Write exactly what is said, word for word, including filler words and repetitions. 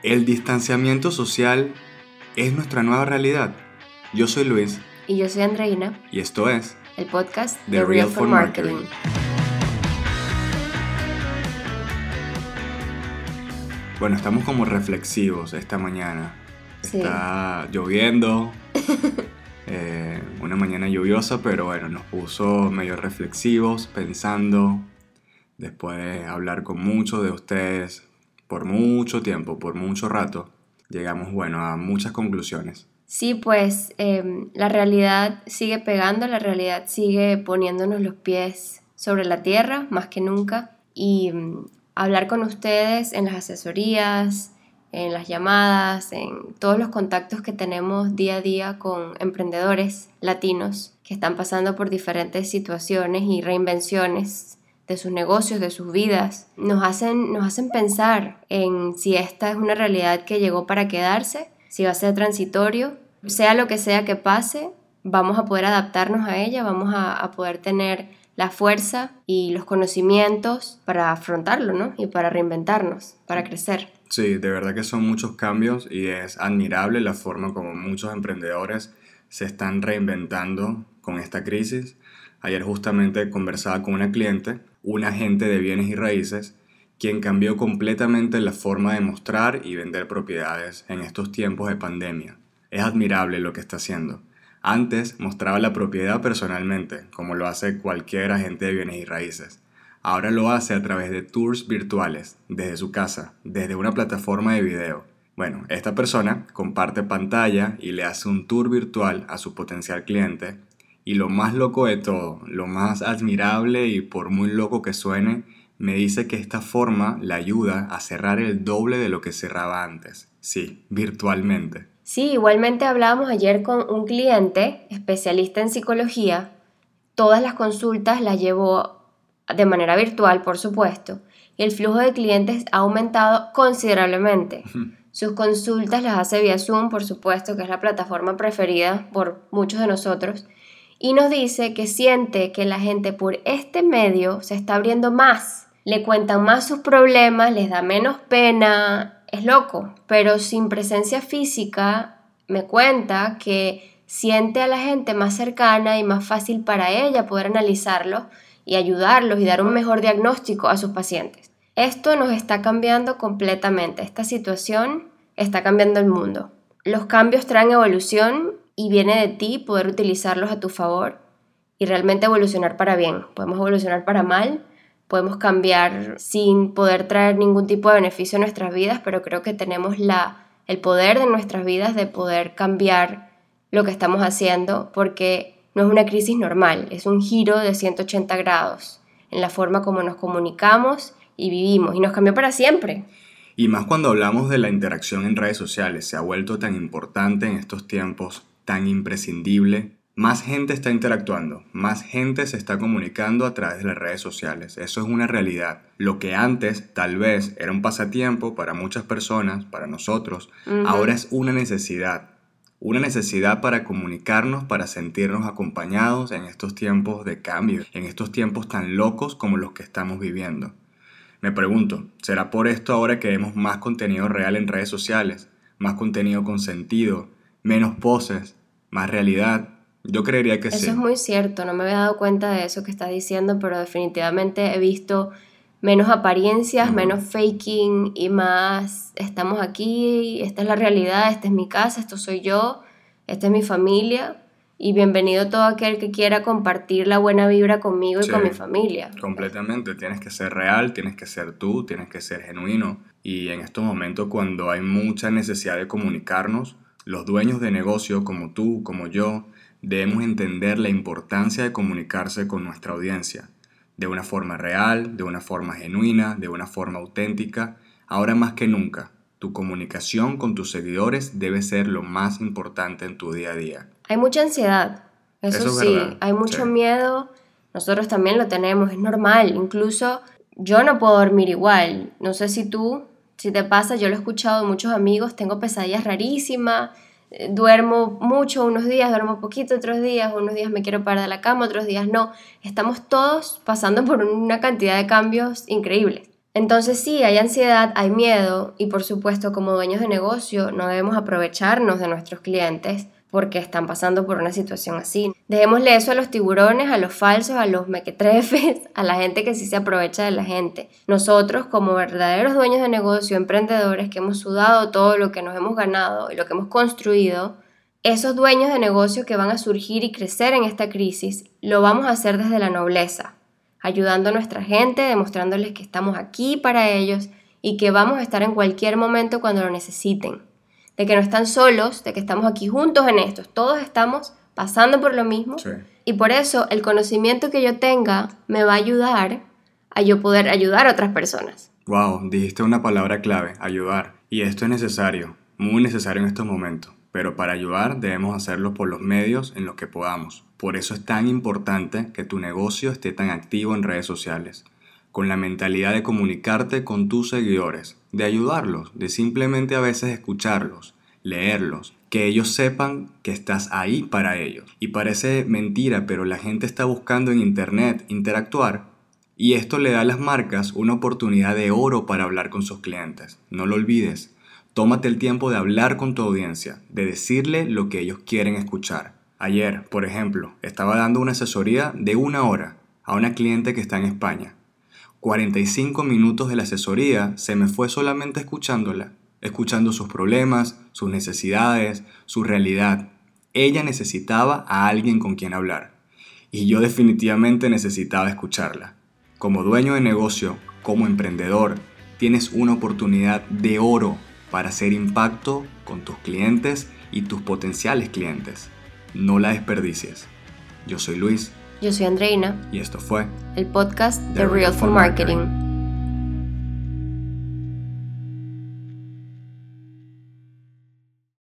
¿El distanciamiento social es nuestra nueva realidad? Yo soy Luis. Y yo soy Andreina. Y esto es el podcast The, The Real, Real for Marketing. Marketing. Bueno, estamos como reflexivos esta mañana. Sí. Está lloviendo, eh, una mañana lluviosa, pero bueno, nos puso medio reflexivos, pensando, después de hablar con muchos de ustedes por mucho tiempo, por mucho rato, llegamos, bueno, a muchas conclusiones. Sí, pues eh, la realidad sigue pegando, la realidad sigue poniéndonos los pies sobre la tierra, más que nunca, y um, hablar con ustedes en las asesorías, en las llamadas, en todos los contactos que tenemos día a día con emprendedores latinos que están pasando por diferentes situaciones y reinvenciones de sus negocios, de sus vidas, nos hacen, nos hacen pensar en si esta es una realidad que llegó para quedarse, si va a ser transitorio, sea lo que sea que pase, vamos a poder adaptarnos a ella, vamos a, a poder tener la fuerza y los conocimientos para afrontarlo, ¿no? Y para reinventarnos, para crecer. Sí, de verdad que son muchos cambios y es admirable la forma como muchos emprendedores se están reinventando con esta crisis. Ayer justamente conversaba con una cliente, un agente de bienes y raíces, quien cambió completamente la forma de mostrar y vender propiedades en estos tiempos de pandemia. Es admirable lo que está haciendo. Antes mostraba la propiedad personalmente, como lo hace cualquier agente de bienes y raíces. Ahora lo hace a través de tours virtuales, desde su casa, desde una plataforma de video. Bueno, esta persona comparte pantalla y le hace un tour virtual a su potencial cliente. Y lo más loco de todo, lo más admirable y por muy loco que suene, me dice que esta forma le ayuda a cerrar el doble de lo que cerraba antes. Sí, virtualmente. Sí, igualmente hablábamos ayer con un cliente especialista en psicología. Todas las consultas las llevó de manera virtual, por supuesto, y el flujo de clientes ha aumentado considerablemente. Sus consultas las hace vía Zoom, por supuesto, que es la plataforma preferida por muchos de nosotros, y nos dice que siente que la gente por este medio se está abriendo más, le cuentan más sus problemas, les da menos pena, es loco, pero sin presencia física me cuenta que siente a la gente más cercana y más fácil para ella poder analizarlos y ayudarlos y dar un mejor diagnóstico a sus pacientes. Esto nos está cambiando completamente, esta situación está cambiando el mundo. Los cambios traen evolución y viene de ti poder utilizarlos a tu favor y realmente evolucionar para bien. Podemos evolucionar para mal, podemos cambiar sin poder traer ningún tipo de beneficio a nuestras vidas, pero creo que tenemos la, el poder de nuestras vidas de poder cambiar lo que estamos haciendo, porque no es una crisis normal, es un giro de ciento ochenta grados en la forma como nos comunicamos y vivimos, y nos cambió para siempre. Y más cuando hablamos de la interacción en redes sociales, se ha vuelto tan importante en estos tiempos, tan imprescindible. Más gente está interactuando, más gente se está comunicando a través de las redes sociales. Eso es una realidad. Lo que antes tal vez era un pasatiempo para muchas personas, para nosotros, uh-huh. Ahora es una necesidad. Una necesidad para comunicarnos, para sentirnos acompañados en estos tiempos de cambio, en estos tiempos tan locos como los que estamos viviendo. Me pregunto, ¿será por esto ahora que vemos más contenido real en redes sociales? Más contenido con sentido, menos poses, más realidad. Yo creería que eso sí. Eso es muy cierto, no me había dado cuenta de eso que estás diciendo, pero definitivamente he visto menos apariencias, uh-huh. menos faking y más estamos aquí, esta es la realidad, esta es mi casa, esto soy yo, esta es mi familia y bienvenido todo aquel que quiera compartir la buena vibra conmigo y sí, con mi familia. Completamente, tienes que ser real, tienes que ser tú, tienes que ser genuino y en estos momentos cuando hay mucha necesidad de comunicarnos, los dueños de negocio como tú, como yo, debemos entender la importancia de comunicarse con nuestra audiencia. De una forma real, de una forma genuina, de una forma auténtica. Ahora más que nunca, tu comunicación con tus seguidores debe ser lo más importante en tu día a día. Hay mucha ansiedad, eso, eso sí, verdad. Hay mucho sí. miedo, nosotros también lo tenemos, es normal. Incluso yo no puedo dormir igual, no sé si tú, si te pasa, yo lo he escuchado de muchos amigos, tengo pesadillas rarísimas, duermo mucho unos días, duermo poquito otros días, unos días me quiero parar de la cama, otros días no. Estamos todos pasando por una cantidad de cambios increíbles. Entonces sí, hay ansiedad, hay miedo y por supuesto como dueños de negocio no debemos aprovecharnos de nuestros clientes porque están pasando por una situación así. Dejémosle eso a los tiburones, a los falsos, a los mequetrefes, a la gente que sí se aprovecha de la gente. Nosotros como verdaderos dueños de negocio, emprendedores que hemos sudado todo lo que nos hemos ganado y lo que hemos construido, esos dueños de negocio que van a surgir y crecer en esta crisis, lo vamos a hacer desde la nobleza, ayudando a nuestra gente, demostrándoles que estamos aquí para ellos y que vamos a estar en cualquier momento cuando lo necesiten. De que no están solos, de que estamos aquí juntos en esto. Todos estamos pasando por lo mismo. Sí. Y por eso el conocimiento que yo tenga me va a ayudar a yo poder ayudar a otras personas. Wow, dijiste una palabra clave, ayudar. Y esto es necesario, muy necesario en estos momentos. Pero para ayudar debemos hacerlo por los medios en los que podamos. Por eso es tan importante que tu negocio esté tan activo en redes sociales, con la mentalidad de comunicarte con tus seguidores, de ayudarlos, de simplemente a veces escucharlos, leerlos, que ellos sepan que estás ahí para ellos. Y parece mentira, pero la gente está buscando en internet interactuar y esto le da a las marcas una oportunidad de oro para hablar con sus clientes. No lo olvides. Tómate el tiempo de hablar con tu audiencia, de decirle lo que ellos quieren escuchar. Ayer, por ejemplo, estaba dando una asesoría de una hora a una cliente que está en España. cuarenta y cinco minutos de la asesoría se me fue solamente escuchándola, escuchando sus problemas, sus necesidades, su realidad. Ella necesitaba a alguien con quien hablar y yo definitivamente necesitaba escucharla. Como dueño de negocio, como emprendedor, tienes una oportunidad de oro para hacer impacto con tus clientes y tus potenciales clientes. No la desperdicies. Yo soy Luis. Yo soy Andreina. Y esto fue el podcast The Real for Marketing.